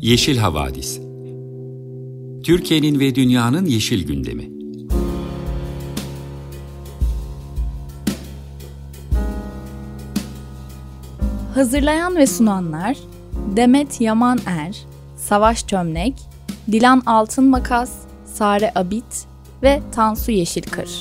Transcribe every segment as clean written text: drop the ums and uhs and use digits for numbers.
Yeşil Havadis. Türkiye'nin ve dünyanın yeşil gündemi. Hazırlayan ve sunanlar Demet Yaman Savaş Çömlek, Dilan Altınmakas, Sare Abit ve Tansu Yeşilkır.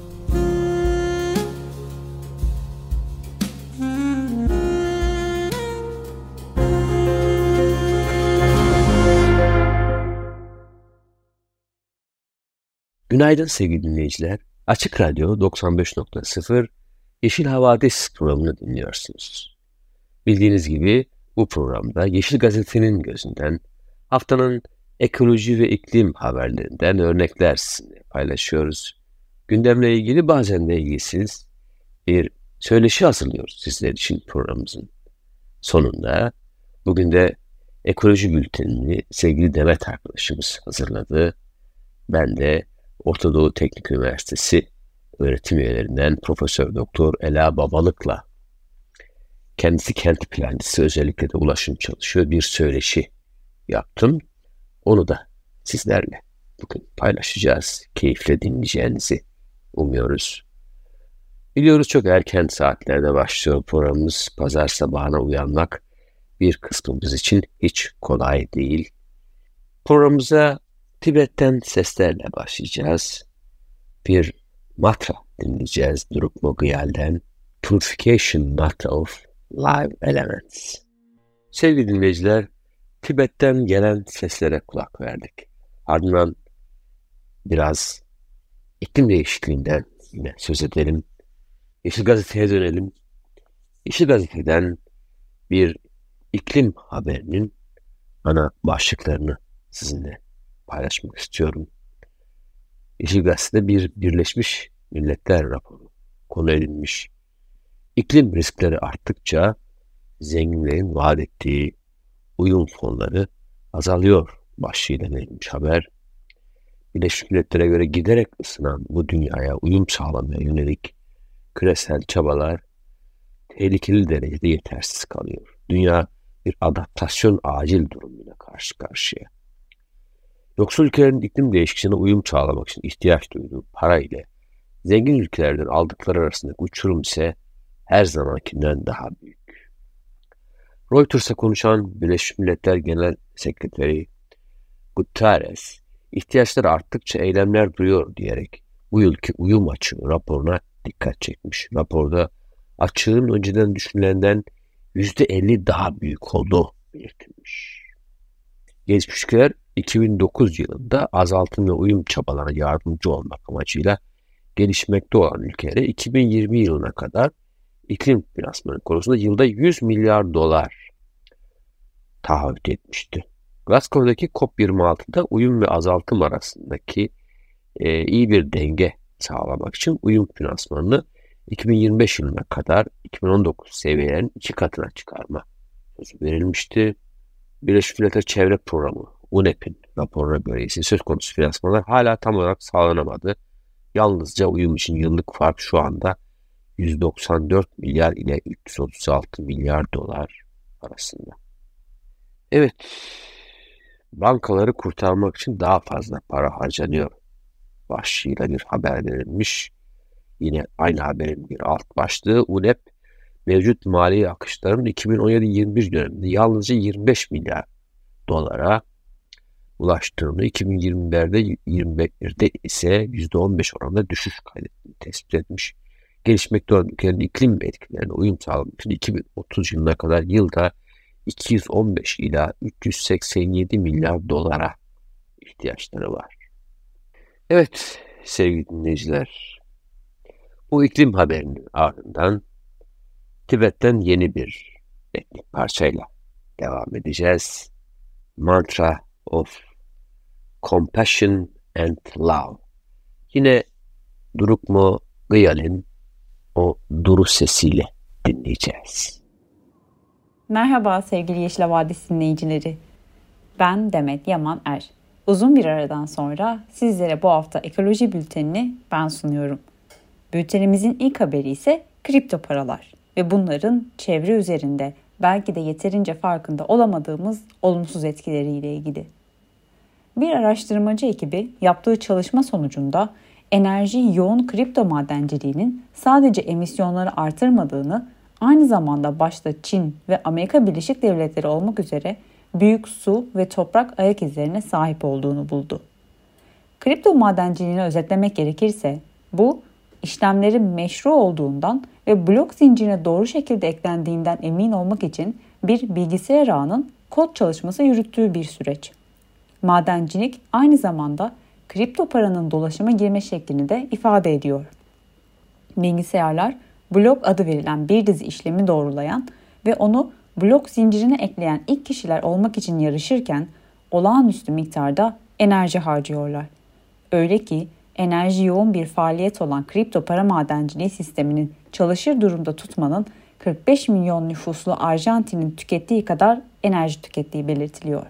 Günaydın sevgili dinleyiciler. Açık Radyo 95.0 Yeşil Havadis programını dinliyorsunuz. Bildiğiniz gibi bu programda Yeşil Gazete'nin gözünden haftanın ekoloji ve iklim haberlerinden örnekler sizinle paylaşıyoruz. Gündemle ilgili bazen de ilgisiz bir söyleşi hazırlıyoruz sizler için programımızın sonunda. Bugün de ekoloji bültenini sevgili Demet arkadaşımız hazırladı. Ben de Orta Doğu Teknik Üniversitesi öğretim üyelerinden Profesör Doktor Ela Babalık'la, kendisi kent plancısı, özellikle de ulaşım çalışıyor, bir söyleşi yaptım. Onu da sizlerle bugün paylaşacağız. Keyifle dinleyeceğinizi umuyoruz. Biliyoruz çok erken saatlerde başlıyor programımız. Pazar sabahına uyanmak bir kısmımız için hiç kolay değil. Programımıza Tibet'ten seslerle başlayacağız. Bir mantra dinleyeceğiz Drukmo Gyal'den. Purification Mantra of Live Elements. Sevgili dinleyiciler, Tibet'ten gelen seslere kulak verdik. Ardından biraz iklim değişikliğinden yine söz edelim. Yeşil Gazete'ye dönelim. Yeşil Gazete'den bir iklim haberinin ana başlıklarını sizinle paylaşmak istiyorum. Yeşil Gazete'de bir Birleşmiş Milletler raporu konu edilmiş. İklim riskleri arttıkça zenginlerin vaat ettiği uyum fonları azalıyor başlığıyla verilmiş haber. Birleşmiş Milletler'e göre giderek ısınan bu dünyaya uyum sağlamaya yönelik küresel çabalar tehlikeli derecede yetersiz kalıyor. Dünya bir adaptasyon acil durumuyla karşı karşıya. Yoksul ülkelerin iklim değişikliğine uyum sağlamak için ihtiyaç duyduğu para ile zengin ülkelerden aldıkları arasındaki uçurum ise her zamankinden daha büyük. Reuters'a konuşan Birleşmiş Milletler Genel Sekreteri Guterres, ihtiyaçlar arttıkça eylemler duyuyor diyerek bu yılki uyum açığı raporuna dikkat çekmiş. Raporda açığın önceden düşünülenden %50 daha büyük olduğu belirtilmiş. Gelişmiş ülkeler 2009 yılında azaltım ve uyum çabalarına yardımcı olmak amacıyla gelişmekte olan ülkelere 2020 yılına kadar iklim finansmanı konusunda yılda 100 milyar dolar taahhüt etmişti. Glasgow'daki COP26'da uyum ve azaltım arasındaki iyi bir denge sağlamak için uyum finansmanını 2025 yılına kadar 2019 seviyelerin 2 katına çıkarma sözü verilmişti. Birleşmiş Milletler Çevre Programı UNEP'in raporuna göre ise söz konusu finansmanlar hala tam olarak sağlanamadı. Yalnızca uyum için yıllık fark şu anda 194 milyar ile 336 milyar dolar arasında. Evet, bankaları kurtarmak için daha fazla para harcanıyor başlığıyla bir haber verilmiş. Yine aynı haberin bir alt başlığı UNEP mevcut mali akışların 2017-21 döneminde yalnızca 25 milyar dolara ulaştığını, 2021'de ise %15 oranında düşüş kaydettiğini tespit etmiş. Gelişmekte olan ülkelerin iklim etkilerine uyum sağlamak için 2030 yılına kadar yılda 215 ila 387 milyar dolara ihtiyaçları var. Evet sevgili dinleyiciler, bu iklim haberinin ardından Tibet'ten yeni bir etnik parçayla devam edeceğiz. Mantra of Compassion and Love. Yine Drukmo Gyal'in o duru sesiyle dinleyeceğiz. Merhaba sevgili Yeşil Havadis dinleyicileri. Ben Demet Yaman. Uzun bir aradan sonra sizlere bu hafta ekoloji bültenini ben sunuyorum. Bültenimizin ilk haberi ise kripto paralar ve bunların çevre üzerinde belki de yeterince farkında olamadığımız olumsuz etkileriyle ilgili. Bir araştırmacı ekibi yaptığı çalışma sonucunda enerji yoğun kripto madenciliğinin sadece emisyonları artırmadığını, aynı zamanda başta Çin ve Amerika Birleşik Devletleri olmak üzere büyük su ve toprak ayak izlerine sahip olduğunu buldu. Kripto madenciliğini özetlemek gerekirse, bu işlemlerin meşru olduğundan ve blok zincirine doğru şekilde eklendiğinden emin olmak için bir bilgisayar ağının kod çalışması yürüttüğü bir süreç. Madencilik aynı zamanda kripto paranın dolaşıma girme şeklini de ifade ediyor. Bilgisayarlar blok adı verilen bir dizi işlemi doğrulayan ve onu blok zincirine ekleyen ilk kişiler olmak için yarışırken olağanüstü miktarda enerji harcıyorlar. Öyle ki enerji yoğun bir faaliyet olan kripto para madenciliği sisteminin çalışır durumda tutmanın 45 milyon nüfuslu Arjantin'in tükettiği kadar enerji tükettiği belirtiliyor.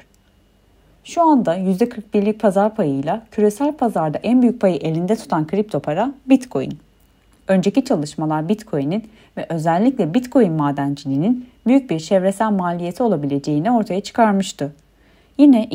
Şu anda %41'lik pazar payıyla küresel pazarda en büyük payı elinde tutan kripto para Bitcoin. Önceki çalışmalar Bitcoin'in ve özellikle Bitcoin madenciliğinin büyük bir çevresel maliyeti olabileceğini ortaya çıkarmıştı. Yine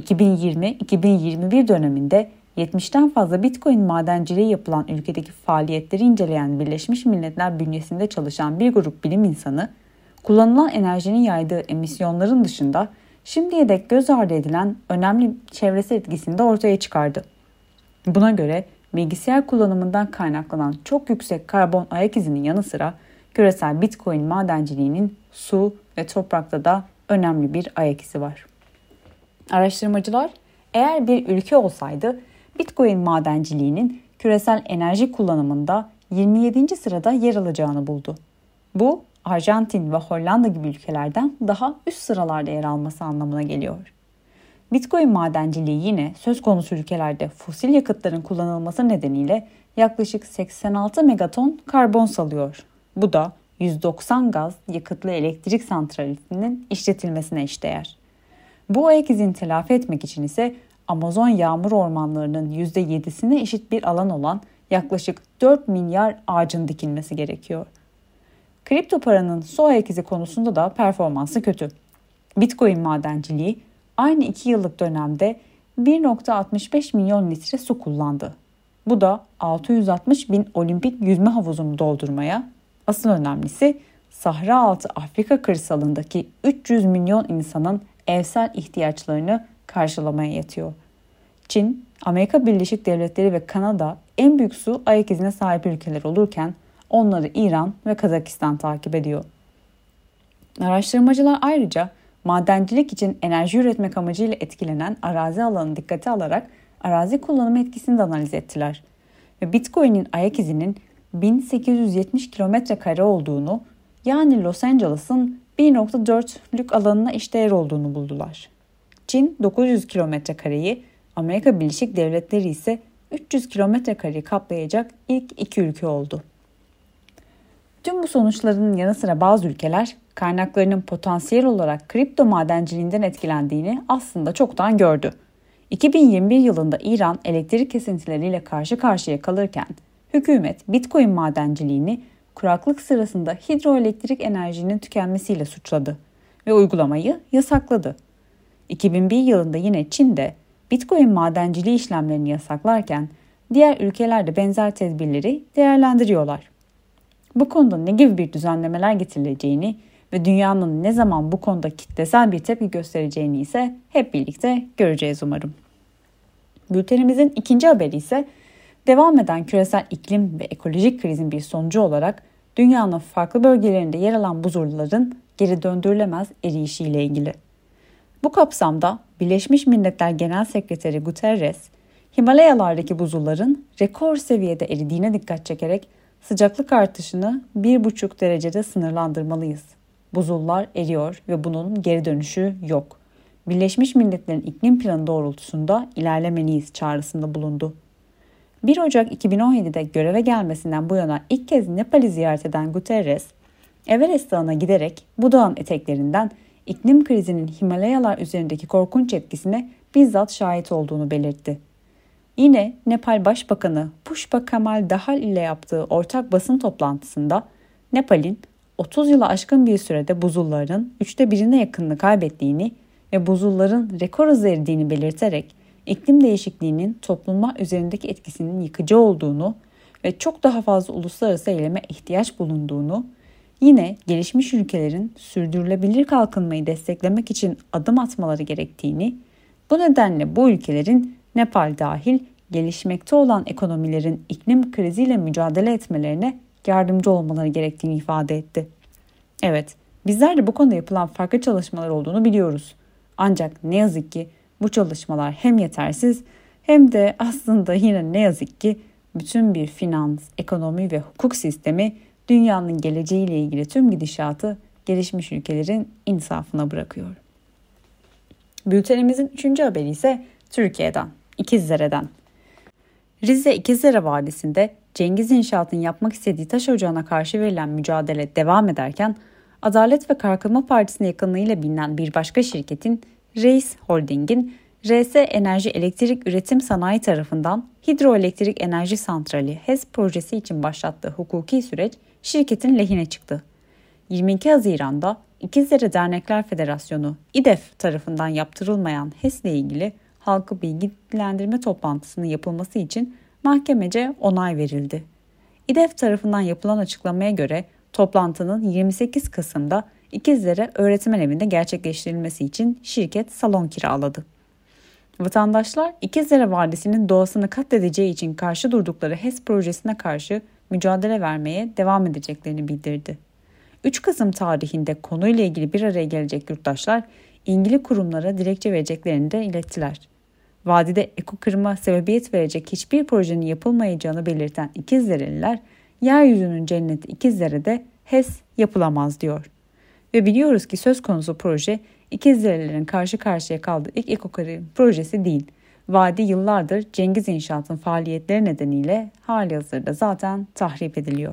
2020-2021 döneminde 70'ten fazla Bitcoin madenciliği yapılan ülkedeki faaliyetleri inceleyen Birleşmiş Milletler bünyesinde çalışan bir grup bilim insanı, kullanılan enerjinin yaydığı emisyonların dışında şimdiye dek göz ardı edilen önemli çevresel etkisini de ortaya çıkardı. Buna göre bilgisayar kullanımından kaynaklanan çok yüksek karbon ayak izinin yanı sıra küresel Bitcoin madenciliğinin su ve toprakta da önemli bir ayak izi var. Araştırmacılar, eğer bir ülke olsaydı Bitcoin madenciliğinin küresel enerji kullanımında 27. sırada yer alacağını buldu. Bu, Arjantin ve Hollanda gibi ülkelerden daha üst sıralarda yer alması anlamına geliyor. Bitcoin madenciliği yine söz konusu ülkelerde fosil yakıtların kullanılması nedeniyle yaklaşık 86 megaton karbon salıyor. Bu da 190 gaz yakıtlı elektrik santralinin işletilmesine eşdeğer. Bu ayak izini telafi etmek için ise Amazon yağmur ormanlarının %7'sine eşit bir alan olan yaklaşık 4 milyar ağacın dikilmesi gerekiyor. Kripto paranın su ayak izi konusunda da performansı kötü. Bitcoin madenciliği aynı 2 yıllık dönemde 1,65 milyon litre su kullandı. Bu da 660 bin olimpik yüzme havuzunu doldurmaya, asıl önemlisi Sahra altı Afrika kırsalındaki 300 milyon insanın evsel ihtiyaçlarını karşılamaya yetiyor. Çin, Amerika Birleşik Devletleri ve Kanada en büyük su ayak izine sahip ülkeler olurken onları İran ve Kazakistan takip ediyor. Araştırmacılar ayrıca madencilik için enerji üretmek amacıyla etkilenen arazi alanını dikkate alarak arazi kullanımı etkisini de analiz ettiler. Ve Bitcoin'in ayak izinin 1870 km² olduğunu, yani Los Angeles'ın 1,4'lük alanına eşdeğer olduğunu buldular. Çin 900 km²'yi, Amerika Birleşik Devletleri ise 300 km² kaplayacak ilk iki ülke oldu. Tüm bu sonuçların yanı sıra bazı ülkeler kaynaklarının potansiyel olarak kripto madenciliğinden etkilendiğini aslında çoktan gördü. 2021 yılında İran elektrik kesintileriyle karşı karşıya kalırken hükümet Bitcoin madenciliğini kuraklık sırasında hidroelektrik enerjinin tükenmesiyle suçladı ve uygulamayı yasakladı. 2001 yılında yine Çin'de Bitcoin madenciliği işlemlerini yasaklarken diğer ülkeler de benzer tedbirleri değerlendiriyorlar. Bu konuda ne gibi bir düzenlemeler getirileceğini ve dünyanın ne zaman bu konuda kitlesel bir tepki göstereceğini ise hep birlikte göreceğiz umarım. Bültenimizin ikinci haberi ise devam eden küresel iklim ve ekolojik krizin bir sonucu olarak dünyanın farklı bölgelerinde yer alan buzulların geri döndürülemez eriyişiyle ilgili. Bu kapsamda Birleşmiş Milletler Genel Sekreteri Guterres, Himalayalardaki buzulların rekor seviyede eridiğine dikkat çekerek sıcaklık artışını 1,5 derecede sınırlandırmalıyız. Buzullar eriyor ve bunun geri dönüşü yok. Birleşmiş Milletler'in iklim planı doğrultusunda ilerlemeliyiz çağrısında bulundu. 1 Ocak 2017'de göreve gelmesinden bu yana ilk kez Nepal'i ziyaret eden Guterres, Everest Dağı'na giderek bu dağın eteklerinden iklim krizinin Himalayalar üzerindeki korkunç etkisine bizzat şahit olduğunu belirtti. Yine Nepal Başbakanı Pushpa Kamal Dahal ile yaptığı ortak basın toplantısında Nepal'in 30 yıla aşkın bir sürede buzulların 1/3'üne yakınını kaybettiğini ve buzulların rekor hızla eridiğini belirterek iklim değişikliğinin toplumlar üzerindeki etkisinin yıkıcı olduğunu ve çok daha fazla uluslararası eyleme ihtiyaç bulunduğunu, yine gelişmiş ülkelerin sürdürülebilir kalkınmayı desteklemek için adım atmaları gerektiğini, bu nedenle bu ülkelerin Nepal dahil gelişmekte olan ekonomilerin iklim kriziyle mücadele etmelerine yardımcı olmaları gerektiğini ifade etti. Evet, bizler de bu konuda yapılan farklı çalışmalar olduğunu biliyoruz. Ancak ne yazık ki bu çalışmalar hem yetersiz hem de aslında yine ne yazık ki bütün bir finans, ekonomi ve hukuk sistemi dünyanın geleceğiyle ilgili tüm gidişatı gelişmiş ülkelerin insafına bırakıyor. Bültenimizin 3. haberi ise Türkiye'den, İkizdere'den. Rize İkizdere Vadisi'nde Cengiz İnşaat'ın yapmak istediği taş ocağına karşı verilen mücadele devam ederken, Adalet ve Kalkınma Partisi'ne yakınlığıyla bilinen bir başka şirketin, Reis Holding'in RS Enerji Elektrik Üretim Sanayi tarafından Hidroelektrik Enerji Santrali HES projesi için başlattığı hukuki süreç şirketin lehine çıktı. 22 Haziran'da İkizdere Dernekler Federasyonu İDEF tarafından yaptırılmayan HES ile ilgili halkı bilgilendirme toplantısının yapılması için mahkemece onay verildi. İDEF tarafından yapılan açıklamaya göre toplantının 28 Kasım'da İkizdere Öğretmen Evi'nde gerçekleştirilmesi için şirket salon kiraladı. Vatandaşlar İkizdere Vadisi'nin doğasını katledeceği için karşı durdukları HES projesine karşı mücadele vermeye devam edeceklerini bildirdi. 3 Kasım tarihinde konuyla ilgili bir araya gelecek yurttaşlar ilgili kurumlara dilekçe vereceklerini de ilettiler. Vadide ekokırıma sebebiyet verecek hiçbir projenin yapılmayacağını belirten İkizdereliler, yeryüzünün cenneti İkizdere'de HES yapılamaz diyor. Ve biliyoruz ki söz konusu proje İkizderelilerin karşı karşıya kaldığı ilk ekokırım projesi değil. Vadi yıllardır Cengiz İnşaat'ın faaliyetleri nedeniyle halihazırda zaten tahrip ediliyor.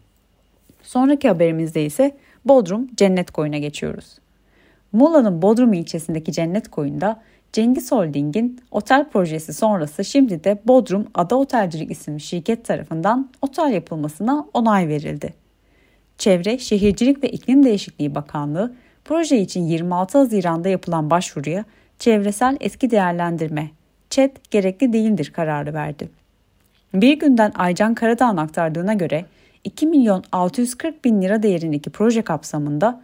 Sonraki haberimizde ise Bodrum Cennet Koyu'na geçiyoruz. Muğla'nın Bodrum ilçesindeki Cennet Koyu'nda Cengiz Holding'in otel projesi sonrası şimdi de Bodrum Ada Otelcilik isimli şirket tarafından otel yapılmasına onay verildi. Çevre, Şehircilik ve İklim Değişikliği Bakanlığı proje için 26 Haziran'da yapılan başvuruya çevresel etki değerlendirme ÇED gerekli değildir kararı verdi. Bir günden Aycan Karadağ'ın aktardığına göre 2.640.000 lira değerindeki proje kapsamında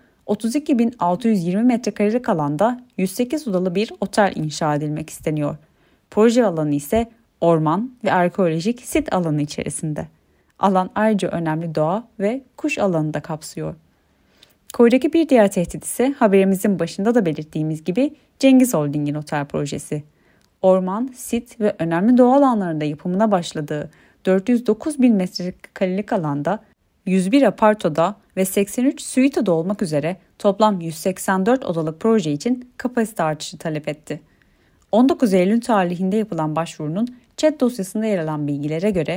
32.620 metrekarelik alanda 108 odalı bir otel inşa edilmek isteniyor. Proje alanı ise orman ve arkeolojik sit alanı içerisinde. Alan ayrıca önemli doğa ve kuş alanını da kapsıyor. Koydaki bir diğer tehdit ise haberimizin başında da belirttiğimiz gibi Cengiz Holding'in otel projesi. Orman, sit ve önemli doğa alanlarında yapımına başladığı 409.000 metrekarelik alanda 101 apartoda ve 83 suite'da olmak üzere toplam 184 odalık proje için kapasite artışı talep etti. 19 Eylül tarihinde yapılan başvurunun ÇED dosyasında yer alan bilgilere göre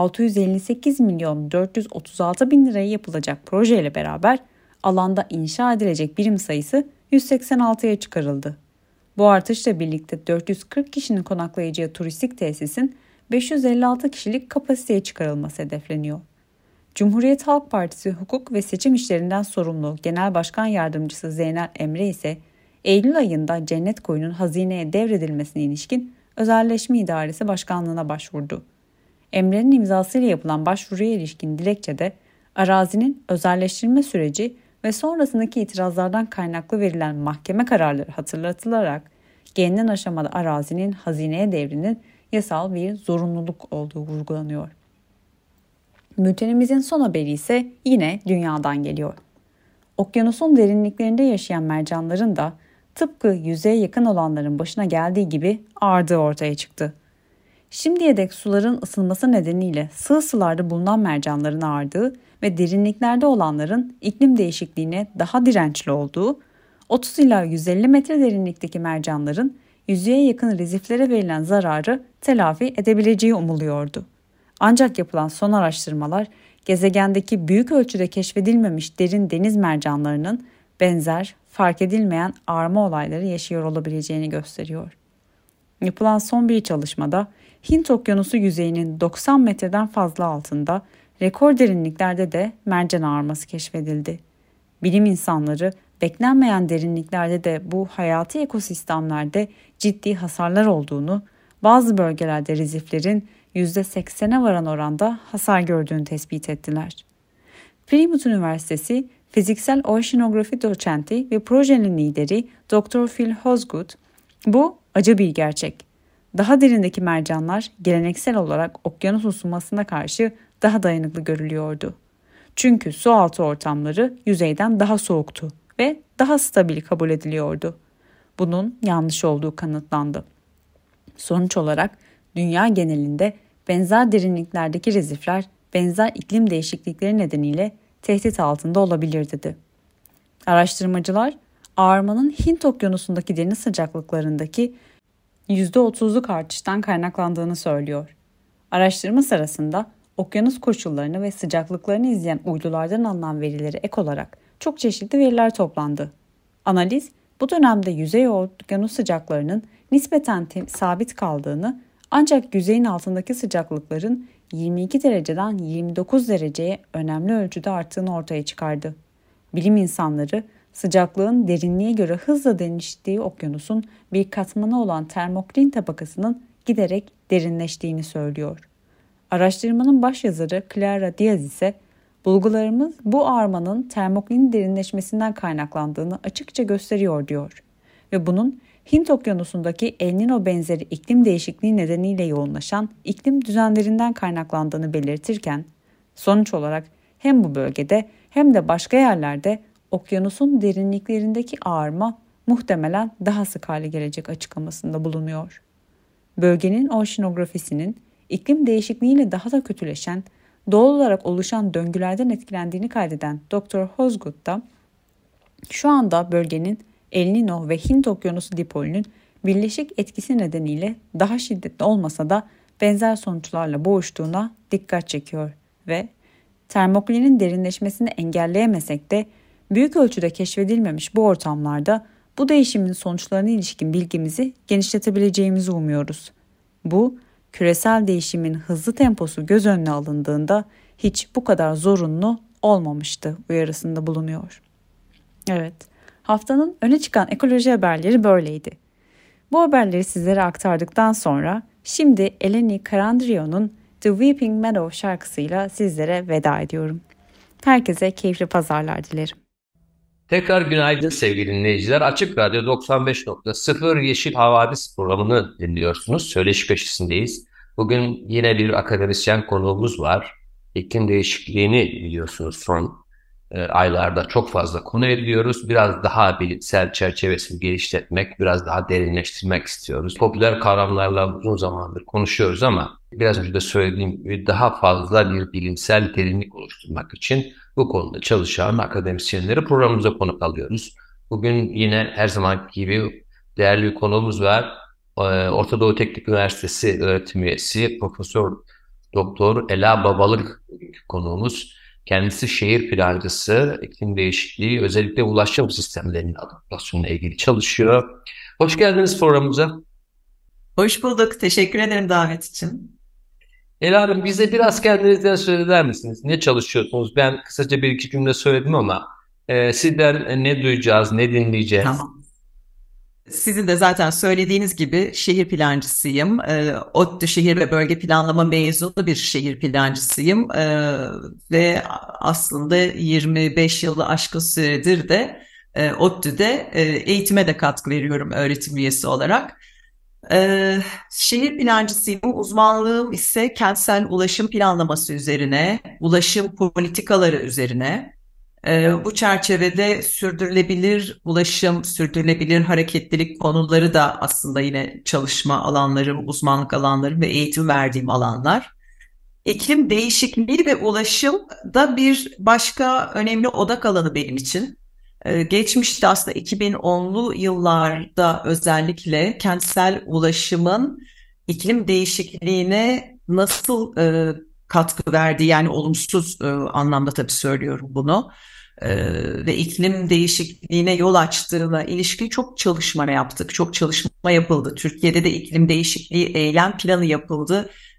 658.436.000 liraya yapılacak projeyle beraber alanda inşa edilecek birim sayısı 186'ya çıkarıldı. Bu artışla birlikte 440 kişinin konaklayacağı turistik tesisin 556 kişilik kapasiteye çıkarılması hedefleniyor. Cumhuriyet Halk Partisi Hukuk ve Seçim İşlerinden sorumlu Genel Başkan Yardımcısı Zeynel Emre ise Eylül ayında Cennet Koyu'nun hazineye devredilmesine ilişkin Özelleşme İdaresi Başkanlığı'na başvurdu. Emre'nin imzasıyla yapılan başvuruya ilişkin dilekçede arazinin özelleştirilme süreci ve sonrasındaki itirazlardan kaynaklı verilen mahkeme kararları hatırlatılarak gelinen aşamada arazinin hazineye devrinin yasal bir zorunluluk olduğu vurgulanıyor. Bültenimizin son haberi ise yine dünyadan geliyor. Okyanusun derinliklerinde yaşayan mercanların da tıpkı yüzeye yakın olanların başına geldiği gibi ağardığı ortaya çıktı. Şimdiye dek suların ısınması nedeniyle sığ sularda bulunan mercanların ağardığı ve derinliklerde olanların iklim değişikliğine daha dirençli olduğu, 30 ila 150 metre derinlikteki mercanların yüzeye yakın reziflere verilen zararı telafi edebileceği umuluyordu. Ancak yapılan son araştırmalar gezegendeki büyük ölçüde keşfedilmemiş derin deniz mercanlarının benzer, fark edilmeyen ağarma olayları yaşıyor olabileceğini gösteriyor. Yapılan son bir çalışmada Hint Okyanusu yüzeyinin 90 metreden fazla altında rekor derinliklerde de mercan ağarması keşfedildi. Bilim insanları beklenmeyen derinliklerde de bu hayati ekosistemlerde ciddi hasarlar olduğunu, bazı bölgelerde reziflerin %80'e varan oranda hasar gördüğünü tespit ettiler. Plymouth Üniversitesi Fiziksel Oşinografi doçenti ve projenin lideri Dr. Phil Hosgood, "Bu acı bir gerçek. Daha derindeki mercanlar geleneksel olarak okyanus ısınmasına karşı daha dayanıklı görülüyordu. Çünkü su altı ortamları yüzeyden daha soğuktu ve daha stabil kabul ediliyordu. Bunun yanlış olduğu kanıtlandı. Sonuç olarak dünya genelinde benzer derinliklerdeki rezifler benzer iklim değişiklikleri nedeniyle tehdit altında olabilir" dedi. Araştırmacılar, ağarmanın Hint Okyanusu'ndaki deniz sıcaklıklarındaki %30'luk artıştan kaynaklandığını söylüyor. Araştırma sırasında okyanus koşullarını ve sıcaklıklarını izleyen uydulardan alınan verileri ek olarak çok çeşitli veriler toplandı. Analiz, bu dönemde yüzey okyanus sıcaklarının nispeten sabit kaldığını, ancak yüzeyin altındaki sıcaklıkların 22 dereceden 29 dereceye önemli ölçüde arttığını ortaya çıkardı. Bilim insanları, sıcaklığın derinliğe göre hızla değiştiği okyanusun bir katmanı olan termoklin tabakasının giderek derinleştiğini söylüyor. Araştırmanın başyazarı Clara Diaz ise, "Bulgularımız bu ağarmanın termoklin derinleşmesinden kaynaklandığını açıkça gösteriyor" diyor ve bunun Hint Okyanusu'ndaki El Niño benzeri iklim değişikliği nedeniyle yoğunlaşan iklim düzenlerinden kaynaklandığını belirtirken, sonuç olarak hem bu bölgede hem de başka yerlerde okyanusun derinliklerindeki ağarma muhtemelen daha sık hale gelecek açıklamasında bulunuyor. Bölgenin oşinografisinin iklim değişikliğiyle daha da kötüleşen, doğal olarak oluşan döngülerden etkilendiğini kaydeden Dr. Hosgood da, şu anda bölgenin El Niño ve Hint Okyanusu dipolünün birleşik etkisi nedeniyle daha şiddetli olmasa da benzer sonuçlarla boğuştuğuna dikkat çekiyor ve termoklinin derinleşmesini engelleyemesek de büyük ölçüde keşfedilmemiş bu ortamlarda bu değişimin sonuçlarına ilişkin bilgimizi genişletebileceğimizi umuyoruz. Bu, küresel değişimin hızlı temposu göz önüne alındığında hiç bu kadar zorunlu olmamıştı uyarısında bulunuyor. Evet, haftanın öne çıkan ekoloji haberleri böyleydi. Bu haberleri sizlere aktardıktan sonra şimdi Eleni Karandrio'nun The Weeping Meadow şarkısıyla sizlere veda ediyorum. Herkese keyifli pazarlar dilerim. Tekrar günaydın sevgili dinleyiciler. Açık Radyo 95.0 Yeşil Havadis programını dinliyorsunuz. Söyleşi peşindeyiz. Bugün yine bir akademisyen konuğumuz var. İklim değişikliğini biliyorsunuz son aylarda çok fazla konu ediyoruz. Biraz daha bilimsel çerçevesini geliştirmek, biraz daha derinleştirmek istiyoruz. Popüler kavramlarla uzun zamandır konuşuyoruz ama biraz önce de söylediğim gibi daha fazla bir bilimsel derinlik oluşturmak için bu konuda çalışan akademisyenleri programımıza konuk alıyoruz. Bugün yine her zamanki gibi değerli bir konuğumuz var. Orta Doğu Teknik Üniversitesi öğretim üyesi Profesör Doktor Ela Babalık konuğumuz. Kendisi şehir plancısı, iklim değişikliği, özellikle ulaşım sistemlerinin adaptasyonuyla ilgili çalışıyor. Hoş geldiniz programımıza. Hoş bulduk. Teşekkür ederim davet için. Ela Hanım, bize biraz kendinizden söyler misiniz? Ne çalışıyorsunuz? Ben kısaca bir iki cümle söyledim ama sizden ne duyacağız, ne dinleyeceğiz? Tamam. Sizin de zaten söylediğiniz gibi şehir plancısıyım. ODTÜ Şehir ve Bölge Planlama mezunu bir şehir plancısıyım. Ve aslında 25 yılı aşkın süredir de ODTÜ'de eğitime de katkı veriyorum öğretim üyesi olarak. Şehir plancısıyım. Uzmanlığım ise kentsel ulaşım planlaması üzerine, ulaşım politikaları üzerine. Bu çerçevede sürdürülebilir ulaşım, sürdürülebilir hareketlilik konuları da aslında yine çalışma alanlarım, uzmanlık alanlarım ve eğitim verdiğim alanlar. İklim değişikliği ve ulaşım da bir başka önemli odak alanı benim için. Geçmişte aslında 2010'lu yıllarda özellikle kentsel ulaşımın iklim değişikliğine nasıl katkı verdiği, yani olumsuz anlamda tabii söylüyorum bunu, ve iklim değişikliğine yol açtığına ilişkin çok çalışma yaptık. Çok çalışma yapıldı. Türkiye'de de iklim değişikliği eylem planı yapıldı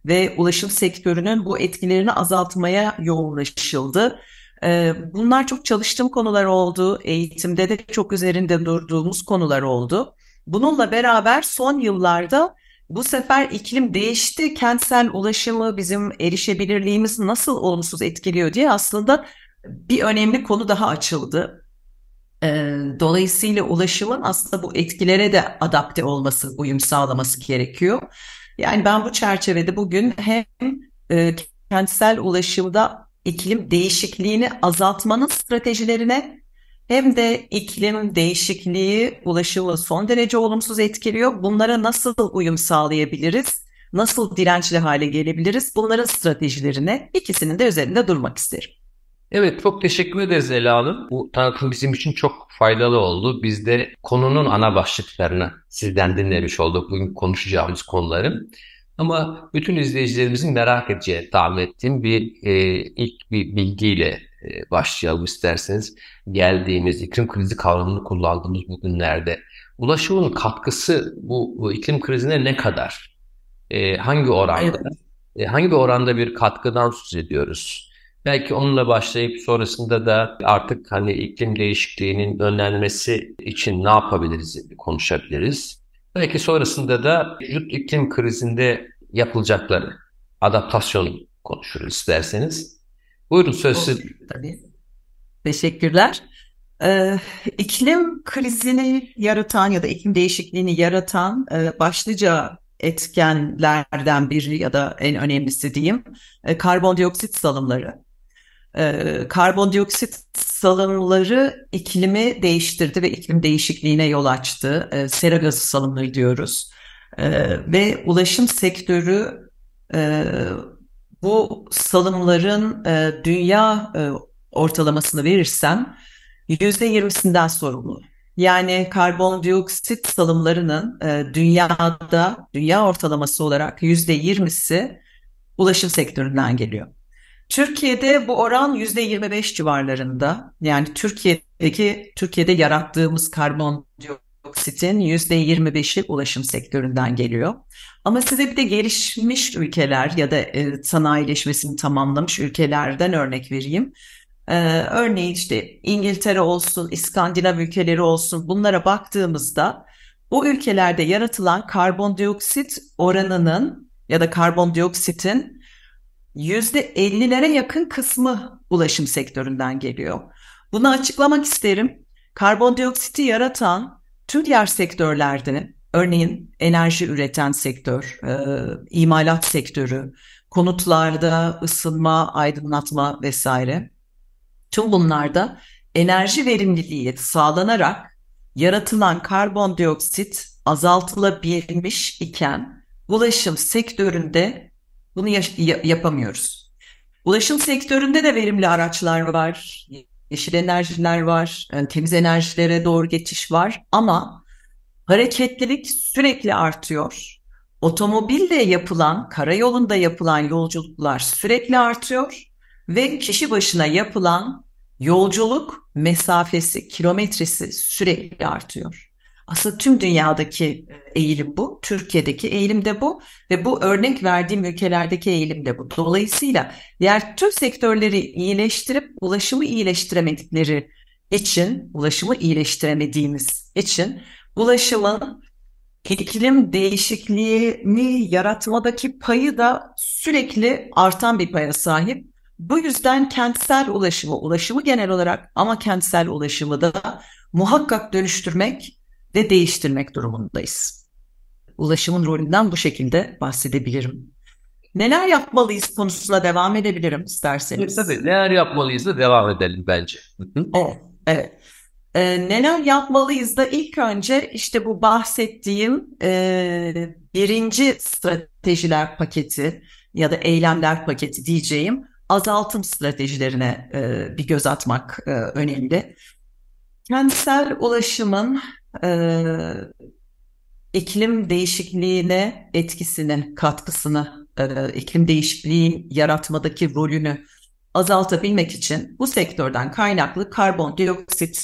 ve ulaşım sektörünün bu etkilerini azaltmaya yoğunlaşıldı. Bunlar çok çalıştığım konular oldu. Eğitimde de çok üzerinde durduğumuz konular oldu. Bununla beraber son yıllarda bu sefer iklim değişti. Kentsel ulaşımı, bizim erişebilirliğimizi nasıl olumsuz etkiliyor diye aslında bir önemli konu daha açıldı. Dolayısıyla ulaşımın aslında bu etkilere de adapte olması, uyum sağlaması gerekiyor. Yani ben bu çerçevede bugün hem kentsel ulaşımda iklim değişikliğini azaltmanın stratejilerine hem de iklim değişikliği ulaşımı son derece olumsuz etkiliyor. Bunlara nasıl uyum sağlayabiliriz? Nasıl dirençli hale gelebiliriz? Bunların stratejilerine ikisinin de üzerinde durmak isterim. Evet, çok teşekkür ederiz Ela Hanım. Bu tanıtım bizim için çok faydalı oldu. Biz de konunun ana başlıklarını sizden dinlemiş olduk, bugün konuşacağımız konuların. Ama bütün izleyicilerimizin merak edeceğini tahmin ettiğim ilk bir bilgiyle başlayalım isterseniz. Geldiğimiz iklim krizi kavramını kullandığımız bu günlerde ulaşımın katkısı bu iklim krizine ne kadar? Hangi oranda? Hangi bir oranda bir katkıdan söz ediyoruz? Belki onunla başlayıp sonrasında da artık hani iklim değişikliğinin önlenmesi için ne yapabiliriz konuşabiliriz. Belki sonrasında da mevcut iklim krizinde yapılacakları adaptasyonu konuşuruz isterseniz. Buyurun, söz sizin. Tabii. Teşekkürler. İklim krizini yaratan ya da iklim değişikliğini yaratan başlıca etkenlerden biri ya da en önemlisi diyeyim karbondioksit salımları. Karbondioksit salımları iklimi değiştirdi ve iklim değişikliğine yol açtı. Sera gazı salımları diyoruz. Ve ulaşım sektörü bu salımların dünya ortalamasını verirsem %20'sinden sorumlu. Yani karbondioksit salımlarının dünya ortalaması olarak %20'si ulaşım sektöründen geliyor. Türkiye'de bu oran %25 civarlarında. Yani Türkiye'de yarattığımız karbondioksitin %25'i ulaşım sektöründen geliyor. Ama size bir de gelişmiş ülkeler ya da sanayileşmesini tamamlamış ülkelerden örnek vereyim. Örneğin işte İngiltere olsun, İskandinav ülkeleri olsun, bunlara baktığımızda bu ülkelerde yaratılan karbondioksit oranının ya da karbondioksitin %50'lere yakın kısmı ulaşım sektöründen geliyor. Bunu açıklamak isterim. Karbondioksiti yaratan tüm diğer sektörlerde, örneğin enerji üreten sektör, imalat sektörü, konutlarda ısınma, aydınlatma vesaire. Tüm bunlarda enerji verimliliği sağlanarak yaratılan karbondioksit azaltılabilmiş iken ulaşım sektöründe bunu yapamıyoruz. Ulaşım sektöründe de verimli araçlar var, yeşil enerjiler var, temiz enerjilere doğru geçiş var ama hareketlilik sürekli artıyor. Otomobille yapılan, karayolunda yapılan yolculuklar sürekli artıyor ve kişi başına yapılan yolculuk mesafesi, kilometresi sürekli artıyor. Aslında tüm dünyadaki eğilim bu, Türkiye'deki eğilim de bu ve bu örnek verdiğim ülkelerdeki eğilim de bu. Dolayısıyla diğer tüm sektörleri iyileştirip ulaşımı iyileştiremediğimiz için ulaşımın iklim değişikliğini yaratmadaki payı da sürekli artan bir paya sahip. Bu yüzden kentsel ulaşımı genel olarak ama kentsel ulaşımı da muhakkak dönüştürmek ve değiştirmek durumundayız. Ulaşımın rolünden bu şekilde bahsedebilirim. Neler yapmalıyız konusuna devam edebilirim isterseniz. Tabii, neler yapmalıyız da devam edelim bence. Evet. Neler yapmalıyız da ilk önce işte bu bahsettiğim birinci stratejiler paketi ya da eylemler paketi diyeceğim azaltım stratejilerine bir göz atmak önemli. Kentsel ulaşımın iklim değişikliğine etkisini, katkısını, iklim değişikliği yaratmadaki rolünü azaltabilmek için bu sektörden kaynaklı karbondioksit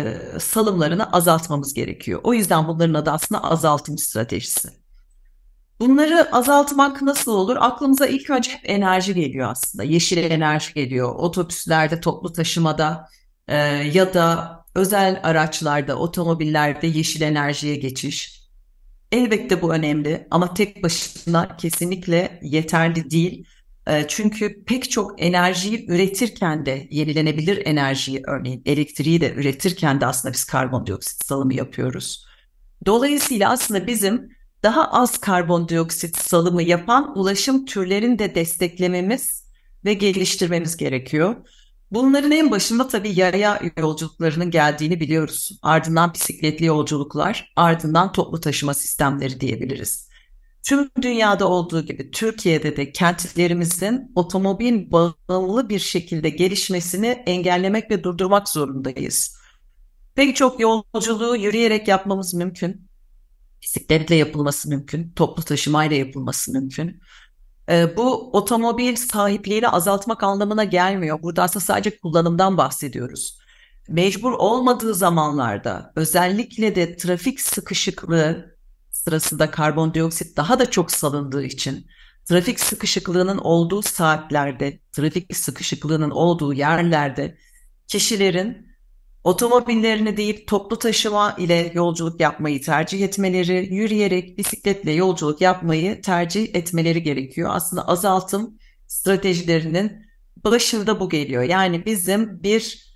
salımlarını azaltmamız gerekiyor. O yüzden bunların adı aslında azaltım stratejisi. Bunları azaltmak nasıl olur? Aklımıza ilk önce hep enerji geliyor aslında. Yeşil enerji geliyor. Otobüslerde, toplu taşımada ya da özel araçlarda, otomobillerde yeşil enerjiye geçiş. Elbette bu önemli ama tek başına kesinlikle yeterli değil. Çünkü pek çok enerjiyi üretirken de yenilenebilir enerjiyi, örneğin elektriği de üretirken de aslında biz karbondioksit salımı yapıyoruz. Dolayısıyla aslında bizim daha az karbondioksit salımı yapan ulaşım türlerini de desteklememiz ve geliştirmemiz gerekiyor. Bunların en başında tabii yaya yolculuklarının geldiğini biliyoruz. Ardından bisikletli yolculuklar, ardından toplu taşıma sistemleri diyebiliriz. Tüm dünyada olduğu gibi Türkiye'de de kentlerimizin otomobil bağımlı bir şekilde gelişmesini engellemek ve durdurmak zorundayız. Pek çok yolculuğu yürüyerek yapmamız mümkün. Bisikletle yapılması mümkün. Toplu taşımayla yapılması mümkün. Bu otomobil sahipliğini azaltmak anlamına gelmiyor. Burada aslında sadece kullanımdan bahsediyoruz. Mecbur olmadığı zamanlarda özellikle de trafik sıkışıklığı sırasında karbondioksit daha da çok salındığı için trafik sıkışıklığının olduğu saatlerde, trafik sıkışıklığının olduğu yerlerde kişilerin otomobillerini değil toplu taşıma ile yolculuk yapmayı tercih etmeleri, yürüyerek, bisikletle yolculuk yapmayı tercih etmeleri gerekiyor. Aslında azaltım stratejilerinin başında bu geliyor. Yani bizim bir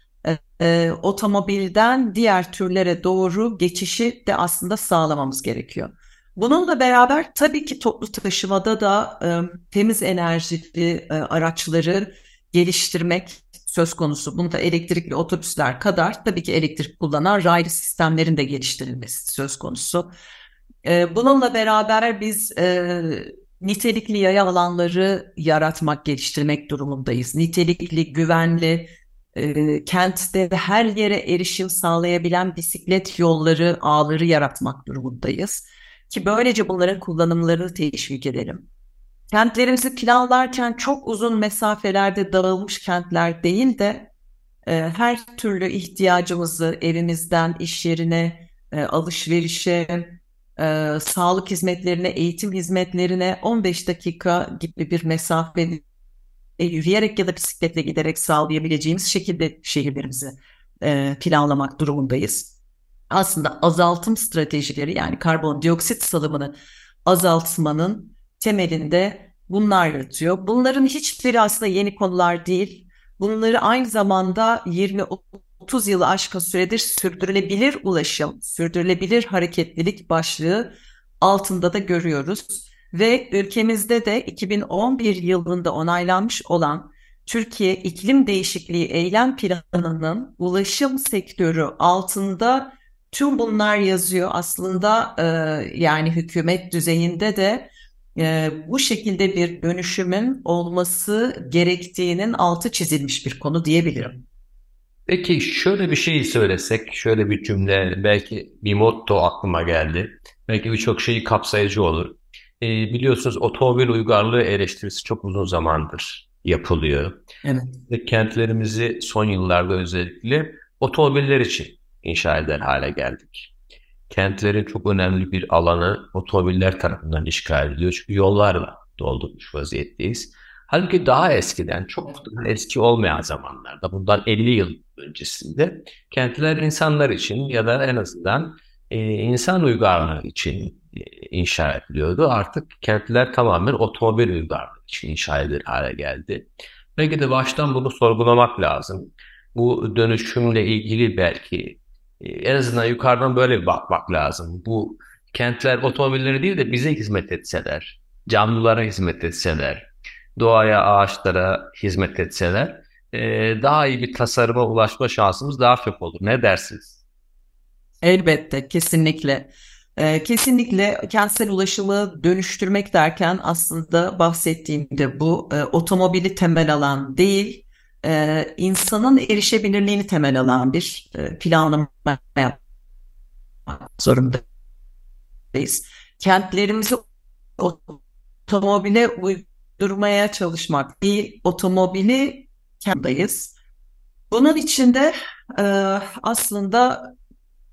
otomobilden diğer türlere doğru geçişi de aslında sağlamamız gerekiyor. Bununla beraber tabii ki toplu taşımada da temiz enerjili araçları geliştirmek söz konusu. Bunda elektrikli otobüsler kadar tabii ki elektrik kullanan raylı sistemlerin de geliştirilmesi söz konusu. Bununla beraber biz nitelikli yaya alanları yaratmak, geliştirmek durumundayız. Nitelikli, güvenli, kentte her yere erişim sağlayabilen bisiklet yolları, ağları yaratmak durumundayız. Ki böylece bunların kullanımlarını teşvik edelim. Kentlerimizi planlarken çok uzun mesafelerde dağılmış kentler değil de her türlü ihtiyacımızı evimizden iş yerine, alışverişe, sağlık hizmetlerine, eğitim hizmetlerine 15 dakika gibi bir mesafede yürüyerek ya da bisikletle giderek sağlayabileceğimiz şekilde şehirlerimizi planlamak durumundayız. Aslında azaltım stratejileri, yani karbondioksit salımını azaltmanın temelinde bunlar yatıyor. Bunların hiçbiri aslında yeni konular değil. Bunları aynı zamanda 20-30 yılı aşkın süredir sürdürülebilir ulaşım, sürdürülebilir hareketlilik başlığı altında da görüyoruz. Ve ülkemizde de 2011 yılında onaylanmış olan Türkiye İklim Değişikliği Eylem Planı'nın ulaşım sektörü altında tüm bunlar yazıyor. Aslında yani hükümet düzeyinde de bu şekilde bir dönüşümün olması gerektiğinin altı çizilmiş bir konu diyebilirim. Peki şöyle bir şey söylesek, şöyle bir cümle, belki bir motto aklıma geldi. Belki birçok şeyi kapsayıcı olur. Biliyorsunuz otomobil uygarlığı eleştirisi çok uzun zamandır yapılıyor. Evet. Ve kentlerimizi son yıllarda özellikle otomobiller için inşa eder hale geldik. Kentlerin çok önemli bir alanı otomobiller tarafından işgal ediliyor. Çünkü yollarla doldurmuş vaziyetteyiz. Halbuki daha eskiden, çok eski olmayan zamanlarda, bundan 50 yıl öncesinde kentler insanlar için ya da en azından insan uygarlığı için inşa ediliyordu. Artık kentler tamamen otomobil uygarlığı için inşa edilir hale geldi. Belki de baştan bunu sorgulamak lazım. Bu dönüşümle ilgili belki en azından yukarıdan böyle bir bakmak lazım. Bu kentler otomobilleri değil de bize hizmet etseler, canlılara hizmet etseler, doğaya, ağaçlara hizmet etseler daha iyi bir tasarıma ulaşma şansımız daha çok olur. Ne dersiniz? Elbette, kesinlikle. Kesinlikle kentsel ulaşımı dönüştürmek derken aslında bahsettiğimde bu otomobili temel alan değil, insanın erişebilirliğini temel alan bir planlama yapmak zorundayız. Kentlerimizi otomobile uydurmaya çalışmak değil, otomobili kentdayız. Bunun için de aslında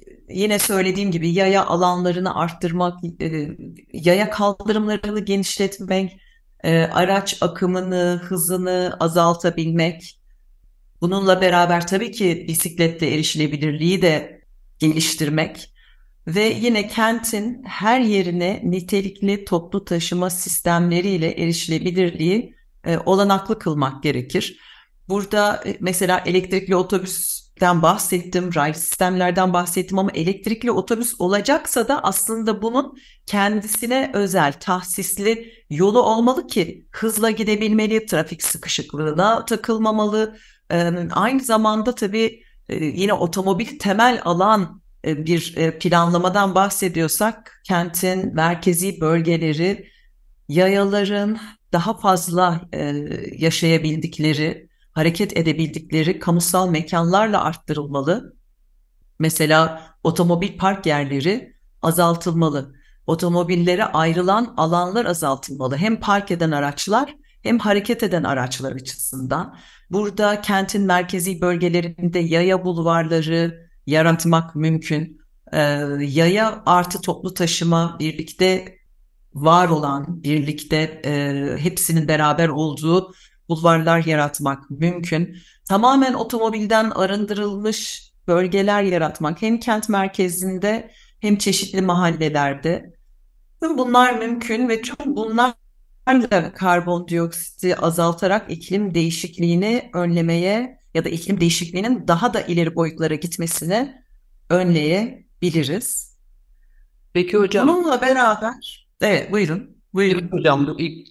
yine söylediğim gibi yaya alanlarını arttırmak, yaya kaldırımlarını genişletmek, araç akımını, hızını azaltabilmek. Bununla beraber tabii ki bisikletle erişilebilirliği de geliştirmek ve yine kentin her yerine nitelikli toplu taşıma sistemleriyle erişilebilirliği olanaklı kılmak gerekir. Burada mesela elektrikli otobüsten bahsettim, raylı sistemlerden bahsettim ama elektrikli otobüs olacaksa da aslında bunun kendisine özel, tahsisli yolu olmalı ki hızla gidebilmeli, trafik sıkışıklığına takılmamalı. Aynı zamanda tabii yine otomobil temel alan bir planlamadan bahsediyorsak kentin merkezi bölgeleri yayaların daha fazla yaşayabildikleri, hareket edebildikleri kamusal mekanlarla arttırılmalı. Mesela otomobil park yerleri azaltılmalı. Otomobillere ayrılan alanlar azaltılmalı. Hem park eden araçlar hem hareket eden araçlar açısından. Burada kentin merkezi bölgelerinde yaya bulvarları yaratmak mümkün. Yaya artı toplu taşıma birlikte var olan, birlikte hepsinin beraber olduğu bulvarlar yaratmak mümkün. Tamamen otomobilden arındırılmış bölgeler yaratmak hem kent merkezinde hem çeşitli mahallelerde. Tüm bunlar mümkün ve tüm bunlarla karbondioksiti azaltarak iklim değişikliğini önlemeye ya da iklim değişikliğinin daha da ileri boyutlara gitmesini önleyebiliriz. Peki hocam. Bununla beraber, evet buyurun. Hocam bu ilk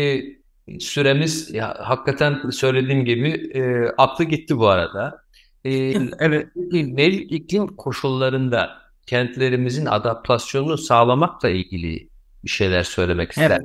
süremiz ya, hakikaten söylediğim gibi aklı gitti bu arada. Evet. Mevcut iklim koşullarında kentlerimizin adaptasyonunu sağlamakla ilgili bir şeyler söylemek isterim.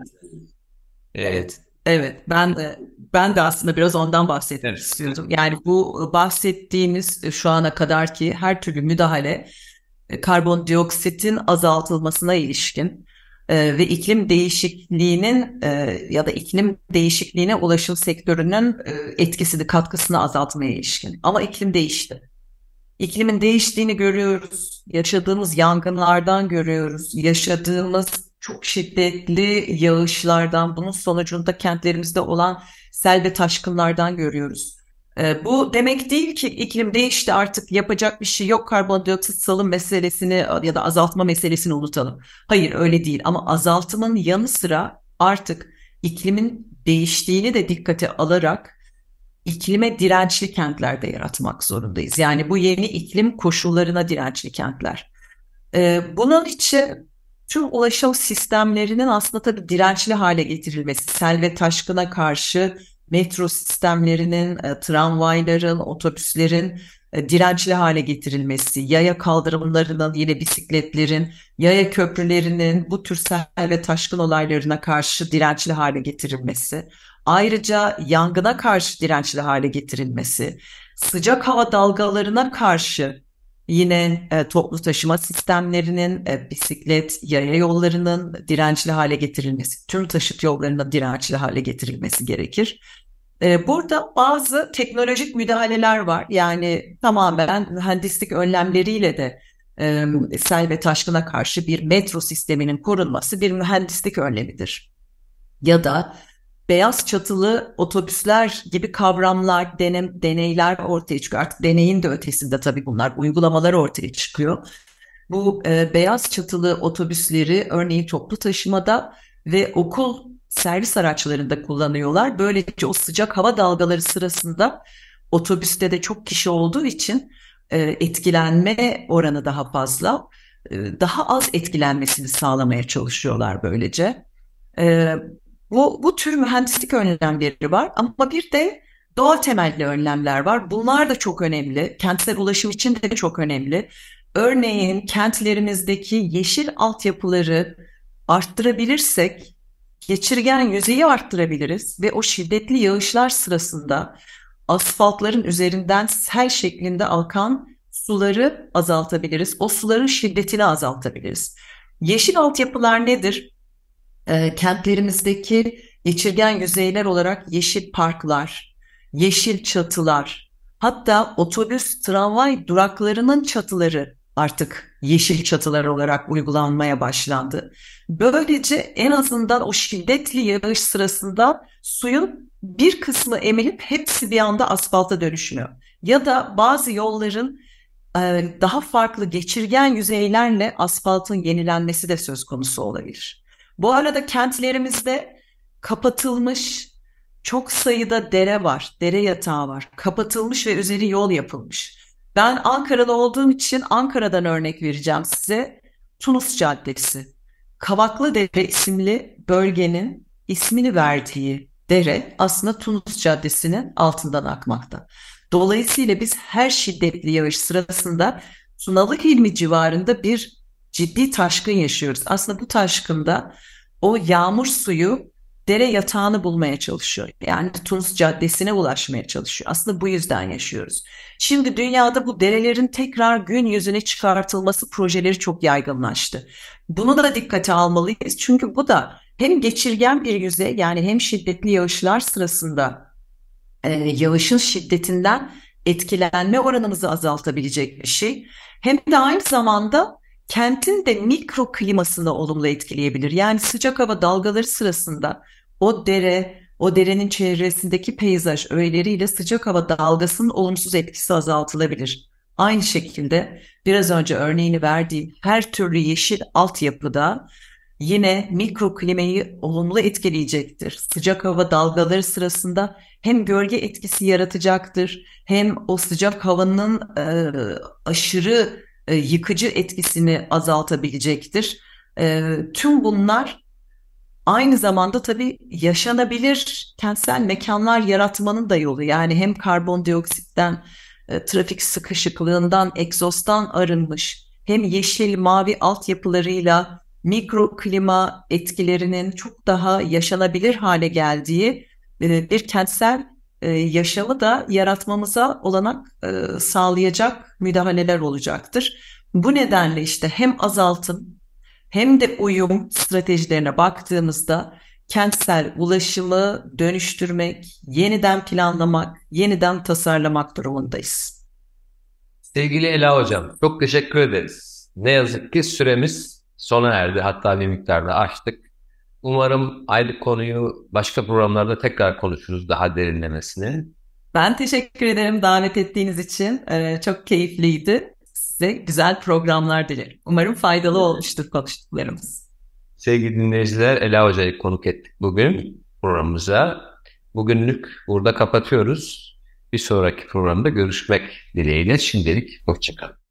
Evet. Ben de aslında biraz ondan bahsetmek istiyordum. Yani bu bahsettiğimiz şu ana kadarki her türlü müdahale karbondioksitin azaltılmasına ilişkin ve iklim değişikliğinin ya da iklim değişikliğine ulaşım sektörünün etkisini, katkısını azaltmaya ilişkin. Ama iklim değişti. İklimin değiştiğini görüyoruz. Yaşadığımız yangınlardan görüyoruz. Yaşadığımız çok şiddetli yağışlardan, bunun sonucunda kentlerimizde olan sel ve taşkınlardan görüyoruz. Bu demek değil ki iklim değişti artık yapacak bir şey yok, karbondioksit salım meselesini ya da azaltma meselesini unutalım. Hayır öyle değil ama azaltımın yanı sıra artık iklimin değiştiğini de dikkate alarak iklime dirençli kentler de yaratmak zorundayız. Yani bu yeni iklim koşullarına dirençli kentler. Bunun için tüm ulaşım sistemlerinin aslında tabii dirençli hale getirilmesi, sel ve taşkına karşı metro sistemlerinin, tramvayların, otobüslerin dirençli hale getirilmesi, yaya kaldırımlarının, yine bisikletlerin, yaya köprülerinin bu tür sel ve taşkın olaylarına karşı dirençli hale getirilmesi, ayrıca yangına karşı dirençli hale getirilmesi, sıcak hava dalgalarına karşı yine toplu taşıma sistemlerinin, bisiklet, yaya yollarının dirençli hale getirilmesi, tüm taşıt yollarının dirençli hale getirilmesi gerekir. Burada bazı teknolojik müdahaleler var. Yani tamamen mühendislik önlemleriyle de sel ve taşkına karşı bir metro sisteminin kurulması bir mühendislik önlemidir. Ya da beyaz çatılı otobüsler gibi kavramlar, deneyler ortaya çıkıyor. Artık deneyin de ötesinde tabii bunlar, uygulamalar ortaya çıkıyor. Bu beyaz çatılı otobüsleri örneğin toplu taşımada ve okul servis araçlarında kullanıyorlar. Böylece o sıcak hava dalgaları sırasında otobüste de çok kişi olduğu için etkilenme oranı daha fazla. Daha az etkilenmesini sağlamaya çalışıyorlar böylece. Bu tür mühendislik önlemleri var ama bir de doğa temelli önlemler var. Bunlar da çok önemli. Kentsel ulaşım için de çok önemli. Örneğin kentlerimizdeki yeşil altyapıları arttırabilirsek geçirgen yüzeyi arttırabiliriz ve o şiddetli yağışlar sırasında asfaltların üzerinden sel şeklinde akan suları azaltabiliriz. O suların şiddetini azaltabiliriz. Yeşil altyapılar nedir? Kentlerimizdeki geçirgen yüzeyler olarak yeşil parklar, yeşil çatılar, hatta otobüs, tramvay duraklarının çatıları artık yeşil çatılar olarak uygulanmaya başlandı. Böylece en azından o şiddetli yağış sırasında suyun bir kısmı emilip hepsi bir anda asfalta dönüşmüyor. Ya da bazı yolların daha farklı geçirgen yüzeylerle asfaltın yenilenmesi de söz konusu olabilir. Bu arada kentlerimizde kapatılmış çok sayıda dere var, dere yatağı var. Kapatılmış ve üzeri yol yapılmış. Ben Ankara'da olduğum için Ankara'dan örnek vereceğim size. Tunus Caddesi. Kavaklıdere isimli bölgenin ismini verdiği dere aslında Tunus Caddesi'nin altından akmakta. Dolayısıyla biz her şiddetli yağış sırasında Tunalı Hilmi civarında bir ciddi taşkın yaşıyoruz. Aslında bu taşkında o yağmur suyu dere yatağını bulmaya çalışıyor. Yani Tunus Caddesi'ne ulaşmaya çalışıyor. Aslında bu yüzden yaşıyoruz. Şimdi dünyada bu derelerin tekrar gün yüzüne çıkartılması projeleri çok yaygınlaştı. Bunu da dikkate almalıyız. Çünkü bu da hem geçirgen bir yüzey, yani hem şiddetli yağışlar sırasında yağışın şiddetinden etkilenme oranımızı azaltabilecek bir şey. Hem de aynı zamanda kentin de mikro klimasını olumlu etkileyebilir. Yani sıcak hava dalgaları sırasında o dere, o derenin çevresindeki peyzaj öğeleriyle sıcak hava dalgasının olumsuz etkisi azaltılabilir. Aynı şekilde biraz önce örneğini verdiğim her türlü yeşil altyapıda yine mikroklimayı olumlu etkileyecektir. Sıcak hava dalgaları sırasında hem gölge etkisi yaratacaktır, hem o sıcak havanın aşırı yıkıcı etkisini azaltabilecektir. Tüm bunlar aynı zamanda tabii yaşanabilir kentsel mekanlar yaratmanın da yolu. Yani hem karbondioksitten, trafik sıkışıklığından, egzozdan arınmış, hem yeşil, mavi altyapılarıyla mikroklima etkilerinin çok daha yaşanabilir hale geldiği bir kentsel yaşamı da yaratmamıza olanak sağlayacak müdahaleler olacaktır. Bu nedenle işte hem azaltım hem de uyum stratejilerine baktığımızda kentsel ulaşımı dönüştürmek, yeniden planlamak, yeniden tasarlamak durumundayız. Sevgili Ela Hocam, çok teşekkür ederiz. Ne yazık ki süremiz sona erdi, hatta bir miktarda aştık. Umarım aynı konuyu başka programlarda tekrar konuşuruz, daha derinlemesine. Ben teşekkür ederim davet ettiğiniz için. Çok keyifliydi. Size güzel programlar dilerim. Umarım faydalı olmuştur konuştuklarımız. Sevgili dinleyiciler, Ela Hoca'yı konuk ettik bugün programımıza. Bugünlük burada kapatıyoruz. Bir sonraki programda görüşmek dileğiyle şimdilik hoşça kalın.